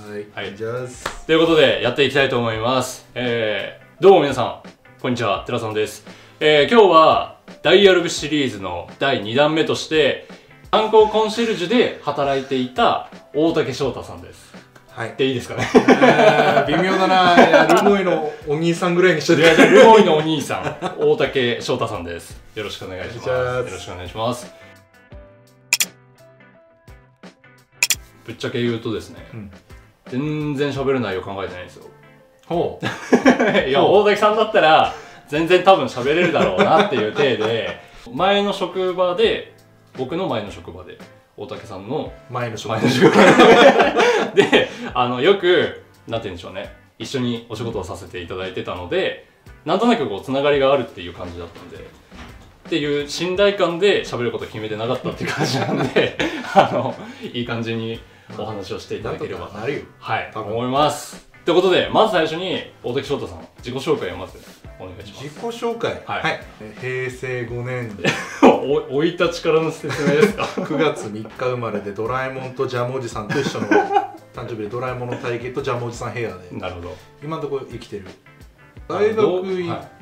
はい、じゃあということでやっていきたいと思います。どうも皆さんこんにちは、寺さんです。今日はダイアログシリーズの第2弾目として観光コンシェルジュで働いていた大竹翔太さんです。 はい。 でいいですかね。 微妙だな。ルモイのお兄さんぐらいにしといて。 ルモイのお兄さん、大竹翔太さんです。よろしくお願いします。よろしくお願いします。ぶっちゃけ言うとですね、全然喋る内容考えてないんですよ。 ほう。 いや、大竹さんだったら全然多分喋れるだろうなっていう体で、前の職場で、僕の前の職場で、大竹さんの前の職場で、よく、なんて言うんでしょうね、一緒にお仕事をさせていただいてたので、なんとなくこう、つながりがあるっていう感じだったんで、っていう信頼感で喋ることを決めてなかったっていう感じなんで、いい感じにお話をしていただければと、はい、思います。ということで、まず最初に、大竹翔太さん、自己紹介をまずお願いします。 自己紹介、はい、平成5年生い立ちからの説明ですか。 9月3日生まれで、ドラえもんとジャムおじさんと一緒の誕生日で、ドラえもんの体型とジャムおじさんヘアで、 なるほど、 今のところ生きてる。大学行って、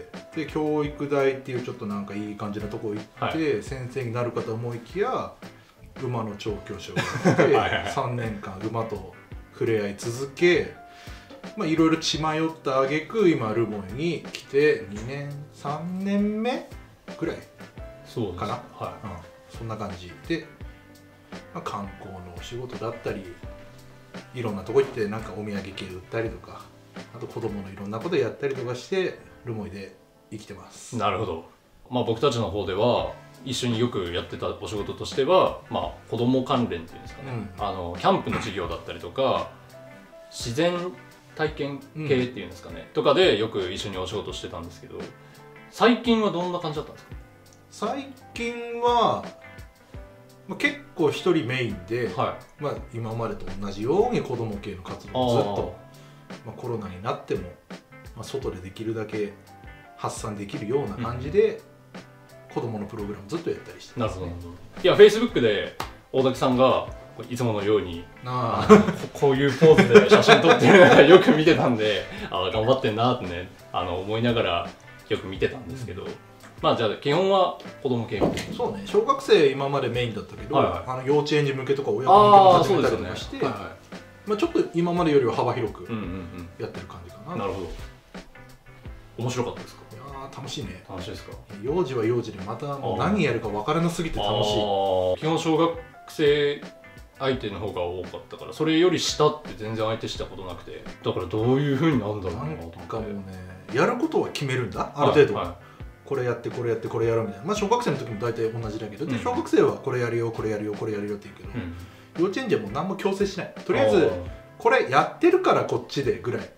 で教育大っていうちょっとなんかいい感じのとこ行って、先生になるかと思いきや馬の調教師をやって3年間馬と触れ合い続け、いろいろ血迷った挙句今ルモイに来て2年3年目ぐらいかな。そんな感じで、観光のお仕事だったり、いろんなとこ行ってなんかお土産系売ったりとか、あと子供のいろんなことやったりとかしてルモイで生きてます。 なるほど。僕たちの方では一緒によくやってたお仕事としては、子供関連っていうんですかね、キャンプの授業だったりとか自然体験系っていうんですかね、とかでよく一緒にお仕事してたんですけど、最近はどんな感じだったんですか？ 最近は、結構一人メインで、今までと同じように子供系の活動をずっと、コロナになっても、外でできるだけ発散できるような感じで、子供のプログラムずっとやったりしてますね。なるほど。 いや、Facebook で大竹さんがいつものようにこういうポーズで写真撮ってるのがよく見てたんで、頑張ってんなってね、思いながらよく見てたんですけど、じゃあ基本は子供系みたいな。 そうね、小学生今までメインだったけど、幼稚園児向けとか親子向けも始めたりとかして、ちょっと今までよりは幅広くやってる感じかな。 なるほど。面白かったですか？ 楽しいね。 楽しいですか？ 幼児は幼児でまたもう何やるか分からなすぎて楽しい。 基本小学生相手の方が多かったから、それより下って全然相手したことなくて、だからどういう風になるんだろうなと思って。 なんかもうね、やることは決めるんだ、ある程度、これやってこれやってこれやろうみたいな。小学生の時も大体同じだけど、で小学生はこれやるよこれやるよこれやるよって言うけど、幼稚園児はもう何も強制しない。とりあえずこれやってるからこっちでぐらいで、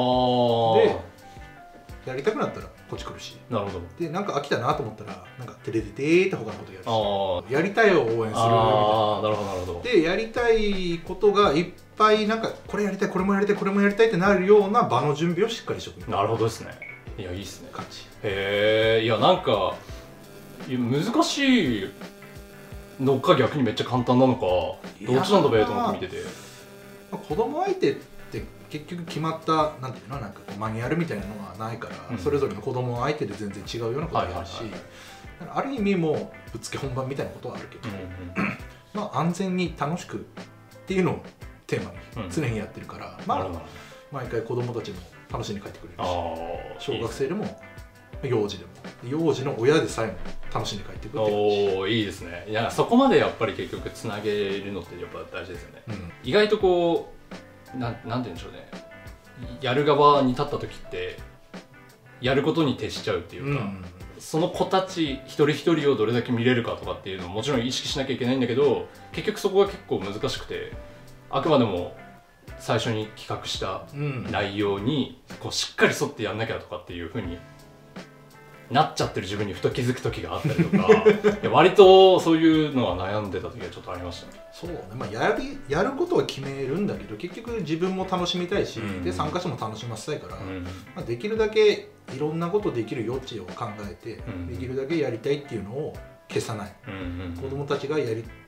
やりたくなったらこっち来るし。なるほど。でなんか飽きたなと思ったらなんかテレテテーって他のことやるし、やりたいを応援するみたいな。 なるほどなるほど。 でやりたいことがいっぱい、なんかこれやりたいこれもやりたいこれもやりたいってなるような場の準備をしっかりしておく。 なるほどですね。いや、いいっすね。 感じ。 いや、なんか難しいのか逆にめっちゃ簡単なのか、どっちなんだべと思って見てて、 子供相手って結局決まったなんていうの、なんかこうマニュアルみたいなのがないから、それぞれの子供相手で全然違うようなことがあるし、ある意味もうぶっつけ本番みたいなことはあるけど、安全に楽しくっていうのをテーマに常にやってるから、毎回子供たちも楽しんで帰ってくれるし、小学生でも幼児でも、幼児の親でさえも楽しんで帰ってくるっていう。 いいですね。いや、そこまでやっぱり結局つなげるのってやっぱ大事ですよね。意外とこうなんて言うんでしょうね、やる側に立った時ってやることに徹しちゃうっていうか、その子たち一人一人をどれだけ見れるかとかっていうのももちろん意識しなきゃいけないんだけど、結局そこが結構難しくて、あくまでも最初に企画した内容にこうしっかり沿ってやんなきゃとかっていう風になっちゃってる自分にふと気づく時があったりとかいや、割とそういうのは悩んでた時はちょっとありましたね。 そうね、やることは決めるんだけど、結局自分も楽しみたいし、で参加者も楽しませたいから、できるだけいろんなことできる余地を考えて、できるだけやりたいっていうのを消さない、子どもたちがやり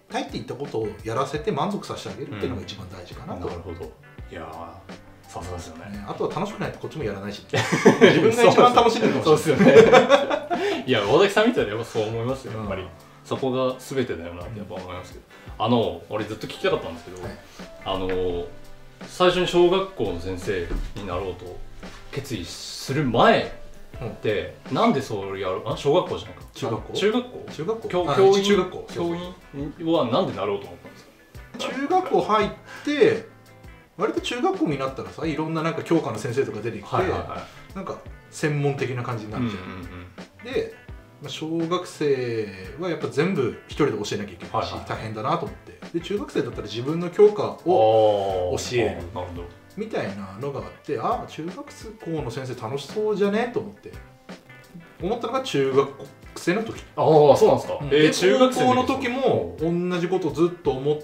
たいって言ったことをやらせて満足させてあげるっていうのが一番大事かなと。 なるほど。いやー、さすがですよね。 あとは楽しくないとこっちもやらないし自分が一番楽しんでるかもしれない。 そうですよね。いや、大崎さんみたいでやっぱそう思いますよ、やっぱり。そこが全てだよなってやっぱ思いますけど、俺ずっと聞きたかったんですけど、最初に小学校の先生になろうと決意する前で、なんでそうやる？小学校じゃないか。 中学校？ 中学校？教員はなんでなろうと思ったんですか？ 中学校入って割と中学校になったらさ、いろんななんか教科の先生とか出てきて、なんか専門的な感じになるじゃん。で小学生はやっぱ全部一人で教えなきゃいけないし、大変だなと思って、で中学生だったら自分の教科を教えるみたいなのがあって、あ、中学校の先生楽しそうじゃねと思ったのが中学生の時。 ああ、そうなんですか。 中学校の時も同じことをずっと思って、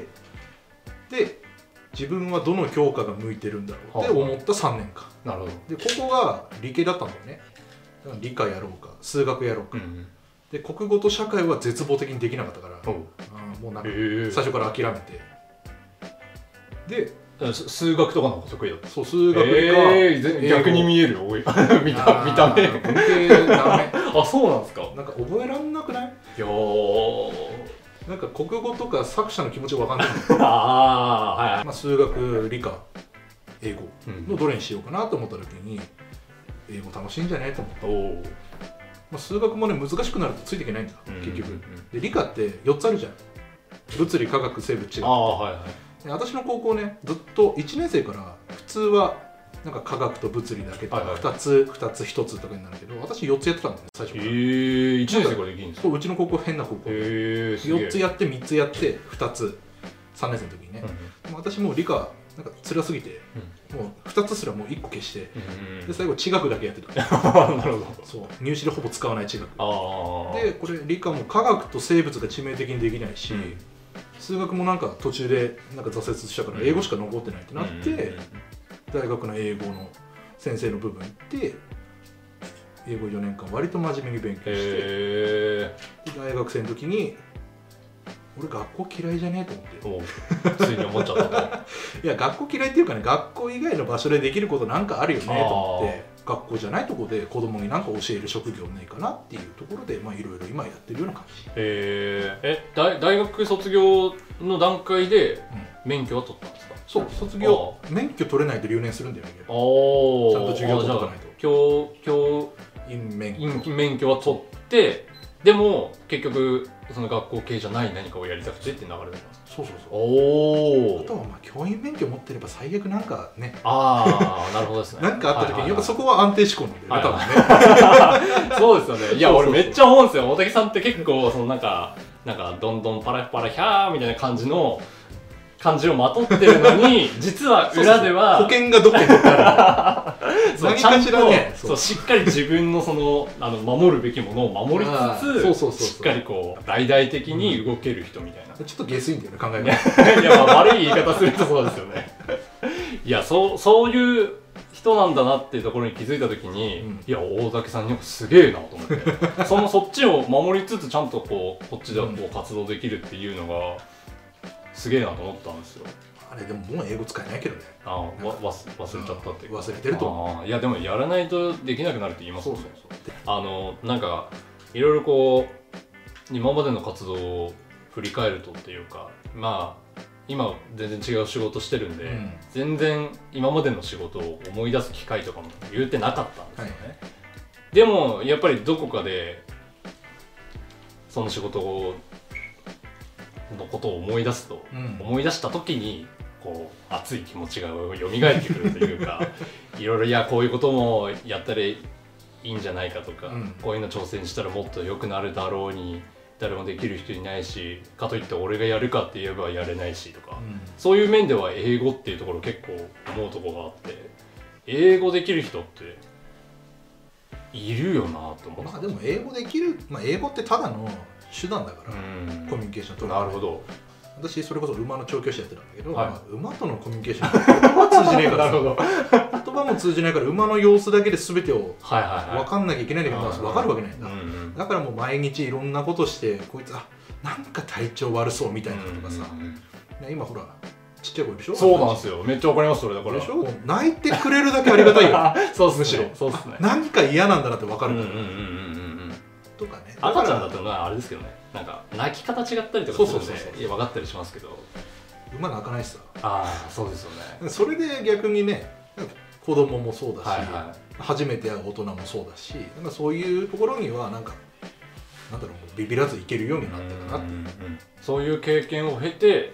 で自分はどの教科が向いてるんだろうって思った3年間。 なるほど。 でここが理系だったんだよね。理科やろうか数学やろうか、で国語と社会は絶望的にできなかったから、もうなんか最初から諦めて、で数学とかの得意だった。 そう、数学理科、 逆に見える見た目文系ダメ。 あ、そうなんですか。 なんか覚えらんなくない？ いやー、 なんか国語とか作者の気持ちわかんない。 はい。 数学理科英語のどれにしようかなと思った時に、英語楽しいんじゃないと思った。数学もね難しくなるとついていけないんだ、結局。で理科って4つあるじゃん。物理、科学、生物、地学。私の高校ね、ずっと1年生から普通はなんか科学と物理だけとか2つ1つとかになるけど、私4つやってたんだね最初から。 1年生からできるんですか？ そう、うちの高校変な高校で4つやって3つやって2つ3年生の時にね。でも私もう理科なんか辛すぎて、もう2つすらもう1個消して、で最後地学だけやってた。 なるほど。 そう、入試でほぼ使わない地学で、これ理科も科学と生物が致命的にできないし、数学もなんか途中でなんか挫折したから英語しか残ってないってなって、大学の英語の先生の部分行って英語4年間割と真面目に勉強して、大学生の時に俺学校嫌いじゃねえと思って、 ついに思っちゃったと。 いや、学校嫌いっていうかね、学校以外の場所でできることなんかあるよねと思って、学校じゃないとこで子供に何か教える職業ないかなっていうところで、いろいろ今やってるような感じ。 大学卒業の段階で免許は取ったんですか？ そう、卒業免許取れないと留年するんだよね。ちゃんと授業取っとかないと。 教員免許は取って、でも結局その学校系じゃない何かをやりたくてって流れだったんですか？ そう。あとは教員免許持ってれば最悪なんかね。 なるほどですね。 なんかあった時にやっぱそこは安定志向なんだよね、多分ね。 そうですよね。いや、俺めっちゃ思うんですよ。大竹さんって結構そのなんかどんどんパラパラヒャーみたいな感じをまとってるのに、実は裏では保険がどっかにある。何かしらね、 しっかり自分の守るべきものを守りつつ、しっかりこう大々的に動ける人みたいな。 ちょっと下水んだよね、考え方。 いや、悪い言い方するとそうですよね。いや、そういう人なんだなっていうところに気づいた時に、いや、大竹さんにすげえなと思って、そっちを守りつつちゃんとこっちで活動できるっていうのがすげえなと思ったんですよ。 あれでももう英語使えないけどね。 忘れちゃったっていうか。 忘れてると思う。 いや、でもやらないとできなくなるって言いますもんね。なんかいろいろこう今までの活動を振り返るとっていうか、今全然違う仕事してるんで、全然今までの仕事を思い出す機会とかも言うてなかったんですよね。でもやっぱりどこかでその仕事のことを思い出すと、思い出した時にこう熱い気持ちが蘇ってくるというか、いろいろ、いや、こういうこともやったらいいんじゃないかとか、こういうの挑戦したらもっと良くなるだろうに、誰もできる人いないし、かといって俺がやるかって言えばやれないしとか、そういう面では英語っていうところ結構思うところがあって、英語できる人っているよなと思って。 でも英語できる、英語ってただの手段だから、コミュニケーション取る。 なるほど。 私それこそ馬の調教師やってたんだけど、馬とのコミュニケーション言葉は通じないから言葉も通じないから馬の様子だけで全てを分かんなきゃいけないんだけど、分かるわけないんだ。だからもう毎日いろんなことして、こいつなんか体調悪そうみたいなのとかさ、今ほらちっちゃい子いるでしょ。 そうなんですよ、めっちゃわかります。それだからでしょ、泣いてくれるだけありがたいよそうっすね、 むしろそうっすね。 何か嫌なんだなって分かるからとかね。 赤ちゃんだとあれですけどね、なんか泣き方違ったりとかするんで分かったりしますけど、 馬泣かないしさ。 ああそうですよね。 それで逆にね、子供もそうだし、 はいはい、 初めて会う大人もそうだし、なんかそういうところにはなんかなんだろう、ビビらずいけるようになったかなって。 そういう経験を経て、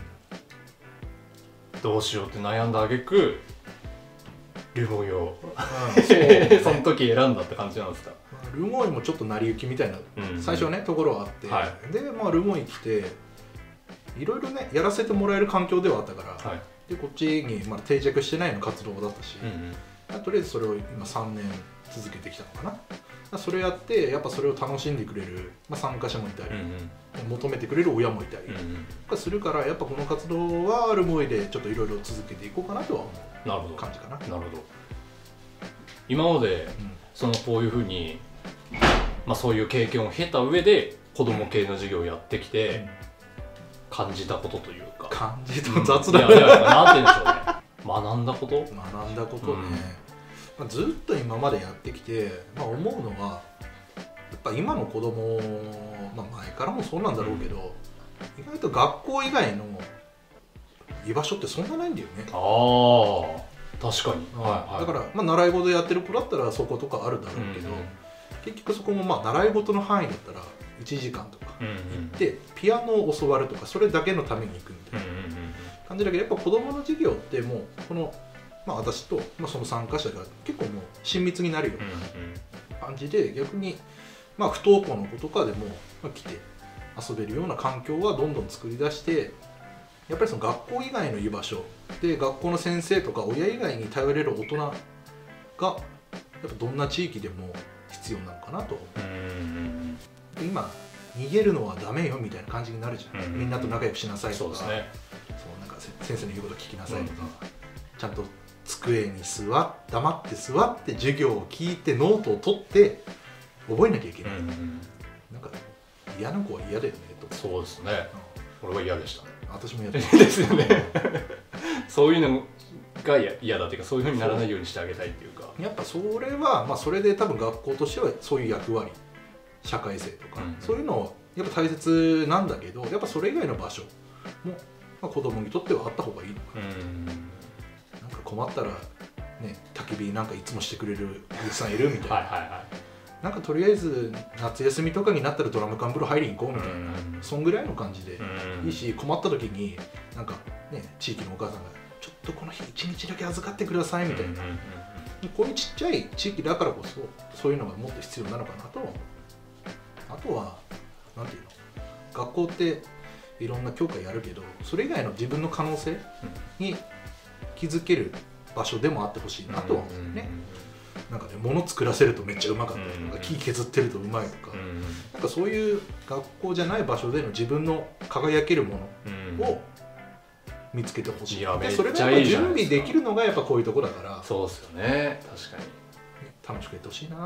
どうしようって悩んだ挙句ルモイをその時選んだって感じなんですか。 ルモイもちょっと成り行きみたいな最初ねところはあって、でまあルモイ来ていろいろねやらせてもらえる環境ではあったから、でこっちにまだ定着してないような活動だったし、とりあえずそれを今3年続けてきたのかな。それやってやっぱそれを楽しんでくれる、参加者もいたり、求めてくれる親もいたりするから、やっぱこの活動はルモイでちょっといろいろ続けていこうかなとは思う感じかな。 なるほど。今まで、こういうふうに、そういう経験を経た上で子供系の授業をやってきて、感じたことというか、 感じた雑だ、 なんて言うんでしょうね、学んだことね、 ずっと今までやってきて、思うのはやっぱ今の子供、前からもそうなんだろうけど、意外と学校以外の居場所ってそんなないんだよね。 ああ確かに、 だから、習い事やってる子だったらそことかあるだろうけど、結局そこも習い事の範囲だったら1時間とか行ってピアノを教わるとか、それだけのために行くみたいな感じだけど、やっぱ子供の授業ってもうこの私と、その参加者が結構もう親密になるような感じで、逆に、不登校の子とかでも、来て遊べるような環境はどんどん作り出して、やっぱりその学校以外の居場所で学校の先生とか親以外に頼れる大人がやっぱどんな地域でも必要なのかなと。今逃げるのはダメよみたいな感じになるじゃん、みんなと仲良くしなさいとか、なんか先生の言うこと聞きなさいとか、ちゃんと机に黙って座って授業を聞いてノートを取って覚えなきゃいけない、なんか嫌な子は嫌だよねと。 そうですね、俺は嫌でしたね。 私も嫌ですよねそういうのが嫌だっていうか、そういうふうにならないようにしてあげたいっていうか、やっぱそれは、それで多分学校としてはそういう役割、社会性とか、そういうのをやっぱ大切なんだけど、やっぱそれ以外の場所も、子供にとってはあった方がいいのかな。なんか困ったらね、焚き火なんかいつもしてくれるおじさんいるみたいななんかとりあえず夏休みとかになったらドラム缶風呂入りに行こうみたいな、そんぐらいの感じでいいし、困った時になんかね、地域のお母さんがちょっとこの日1日だけ預かってくださいみたいな、こういうちっちゃい地域だからこそそういうのがもっと必要なのかなとは思う。あとはなんていうの、学校っていろんな教科やるけど、それ以外の自分の可能性に気づける場所でもあってほしいなとは思うね。なんかね、物作らせるとめっちゃうまかったりとか、木削ってるとうまいとか、なんかそういう学校じゃない場所での自分の輝けるものを見つけてほしい。でそれが準備できるのがやっぱこういうとこだから。 そうですよね、確かに楽しくやってほしいなって。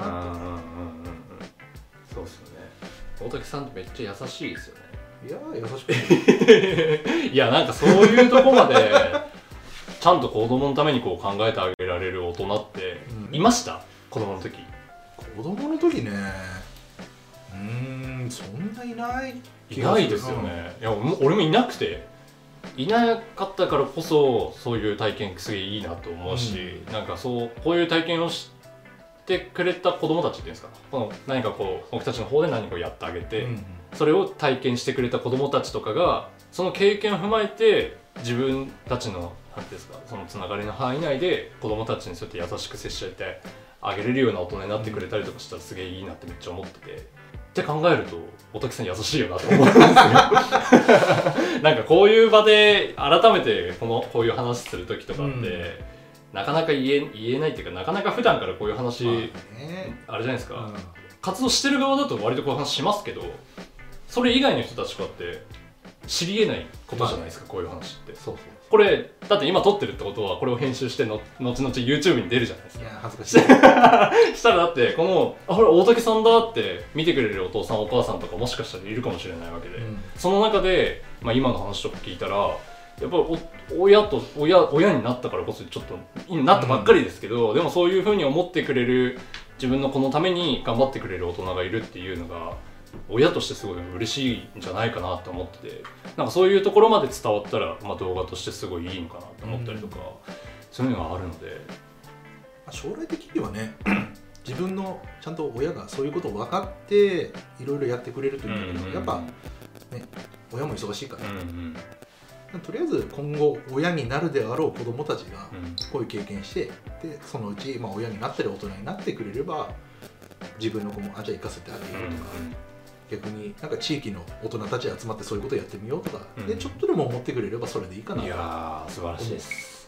そうですよね。大竹さんってめっちゃ優しいですよね。 いや優しくいや、なんかそういうとこまでちゃんと子供のためにこう考えてあげられる大人っていました？子供の時。 子供の時ね、そんないない気がする。いないですよね。いや、俺もいなくて、いなかったからこそそういう体験すげえいいなと思うし、なんかこういう体験をしてくれた子供たちっていうんですか、何かこう僕たちの方で何かをやってあげて、それを体験してくれた子供たちとかがその経験を踏まえて自分たちのそのつながりの範囲内で子供たちにそうやって優しく接してあげれるような大人になってくれたりとかしたらすげえいいなってめっちゃ思ってて、って考えると大竹さん優しいよなと思うんですよなんかこういう場で改めてこういう話する時とかって、なかなか言えないっていうか、なかなか普段からこういう話、あれじゃないですか、活動してる側だと割とこういう話しますけど、それ以外の人たちとかって知り得ないことじゃないですか、こういう話って。 そうこれだって今撮ってるってことはこれを編集して後々 YouTube に出るじゃないですか。 いや恥ずかしいしたらだってこの「あこれ大竹さんだ」って見てくれるお父さんお母さんとかもしかしたらいるかもしれないわけで、その中で、まあ、今の話とか聞いたらやっぱり親になったからこそちょっとなったばっかりですけど、でもそういうふうに思ってくれる自分の子のために頑張ってくれる大人がいるっていうのが親としてすごい嬉しいんじゃないかなと思ってて、なんかそういうところまで伝わったら、まあ、動画としてすごいいいのかなと思ったりとか、そういうのがあるので、 将来的にはね自分のちゃんと親がそういうことを分かっていろいろやってくれるというんだけど、やっぱね親も忙しいから、とりあえず今後親になるであろう子どもたちがこういう経験して、でそのうち、まあ、親になったり大人になってくれれば自分の子もじゃあ行かせてあげようとか、逆になんか地域の大人たち集まってそういうことやってみようとか、でちょっとでも思ってくれればそれでいいかなと。 いやー素晴らしいです、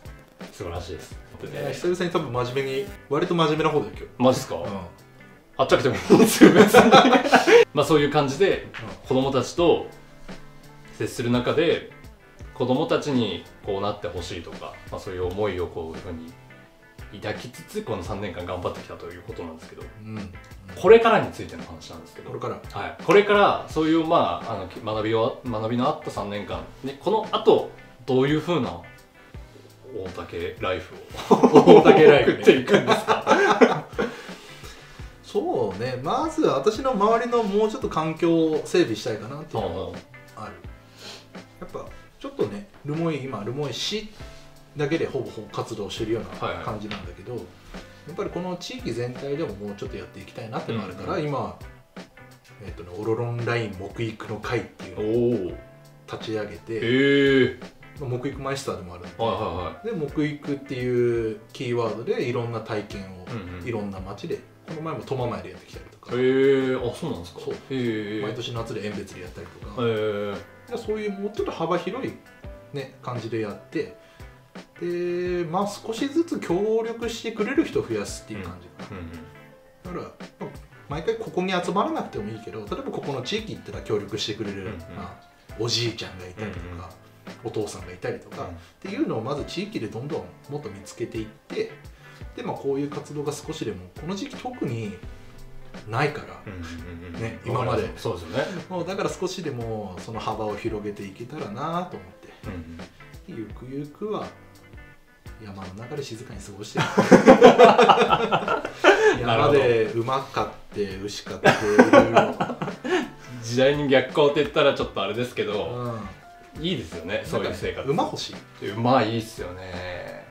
素晴らしいです。 久々に多分真面目に割と真面目な方だよ今日。 マジっすか、あっちゃけてもいいんですよ別にまあそういう感じで子供たちと接する中で子供たちにこうなってほしいとか、まあ、そういう思いをこういうふうに抱きつつこの3年間頑張ってきたということなんですけど、これからについての話なんですけど、 これから、 はい、これからそういう、まあ、学びのあった3年間でこのあとどういうふうな大竹ライフを大竹ライフっていくんですかそうね、まず私の周りのもうちょっと環境を整備したいかなっていうのがある。やっぱちょっとね留萌市だけでほぼ活動してるような感じなんだけど、やっぱりこの地域全体でももうちょっとやっていきたいなってのがあるから、今オロロンライン木育の会っていうのを立ち上げて、木育マイスターでもあるんで、で木育っていうキーワードでいろんな体験をいろんな町で、この前も苫前でやってきたりとか、 あ、そうなんですか。 毎年夏で遠別でやったりとか、そういうもうちょっと幅広いね感じでやって、でまあ少しずつ協力してくれる人を増やすっていう感じかな。だから、毎回ここに集まらなくてもいいけど、例えばここの地域行ったら協力してくれる、おじいちゃんがいたりとか、お父さんがいたりとか、っていうのをまず地域でどんどんもっと見つけていって、でまあこういう活動が少しでもこの時期特にないからね、今までそうですよね。 もうだから少しでもその幅を広げていけたらなと思って、ゆくゆくは山の中で静かに過ごしてる山で馬飼って牛飼っていろいろ時代に逆行って言ったらちょっとあれですけど、いいですよね、そういう生活。 馬欲しい。 馬いいっすよね。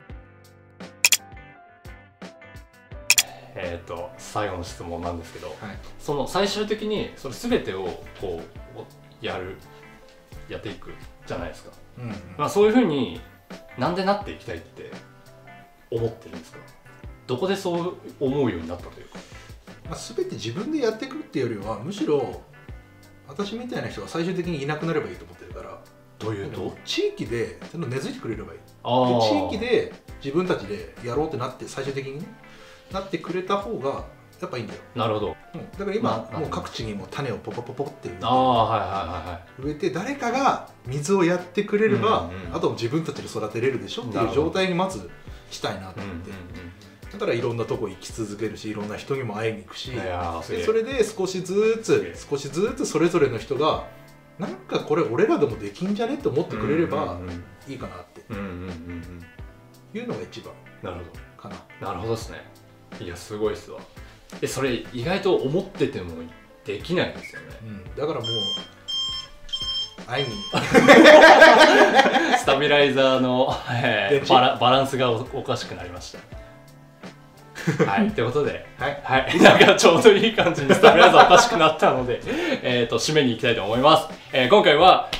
最後の質問なんですけど、その最終的にそれ全てをこうやっていくじゃないですか。まあそういうふうになんでなっていきたいって思ってるんですか？どこでそう思うようになったというか。 全て自分でやっていくっていうよりは、むしろ私みたいな人が最終的にいなくなればいいと思ってるから。 どういうと？ 地域で根付いてくれればいい。で地域で自分たちでやろうってなって最終的にねなってくれた方がやっぱいいんだよ。 なるほど。 だから今、もう各地にも種をポポポポって植えて、誰かが水をやってくれれば、あと自分たちで育てれるでしょっていう状態にまずしたいなと思って、だからいろんなとこ行き続けるし、いろんな人にも会いに行くし、それで少しずつそれぞれの人がなんかこれ俺らでもできんじゃねって思ってくれればいいかなっていうのが一番かな。 なるほどですね。いやすごいっすわ。それ意外と思っててもできないですよね。 だからもう会いにスタビライザーの、バランスがおかしくなりました。はい、ということで、なんかちょうどいい感じにスタビライザーおかしくなったので、締めに行きたいと思います。今回は、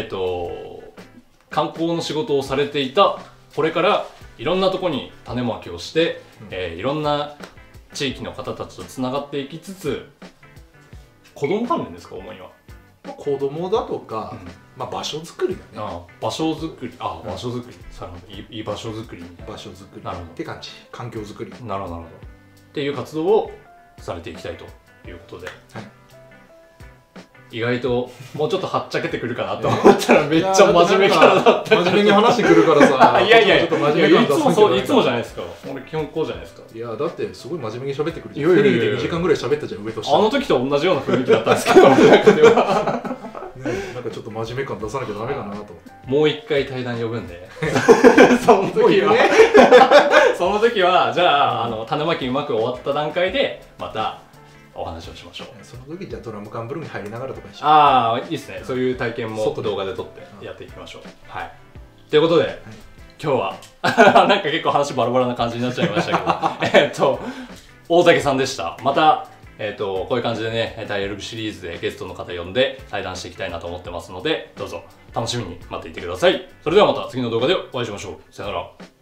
観光の仕事をされていた、これからいろんなところに種まきをして、いろんな地域の方たちとつながっていきつつ、子供関連ですか、主には。 子供だとか、場所づくりだね。 場所づくり、場所づくり、いい場所づくり、 場所づくりって感じ。環境づくり。 なるほどっていう活動をされていきたいということで、 意外ともうちょっとはっちゃけてくるかなと思ったらめっちゃ真面目キャラだった。 真面目に話してくるからさいやいやちょっと真面目感出さなきゃいけないいつもじゃないですか。俺基本こうじゃないですか。 いやだってすごい真面目に喋ってくるじゃん。 いやいやいやいやフリーで2時間ぐらい喋ったじゃん上と下。 あの時と同じような雰囲気だったんですけど中ではなんかちょっと真面目感出さなきゃダメかなと。 もう一回対談呼ぶんでその時は、 ね、 その時はじゃあ、種まきうまく終わった段階でまたお話をしましょう。 その時じゃあドラム缶ブルーに入りながらとかにしよう。 ああいいですね。そういう体験も外で動画で撮ってやっていきましょう。はいということで、今日はなんか結構話バラバラな感じになっちゃいましたけど大竹さんでした。またこういう感じでねダイアログシリーズでゲストの方呼んで対談していきたいなと思ってますので、どうぞ楽しみに待っていてください。それではまた次の動画でお会いしましょう。さよなら。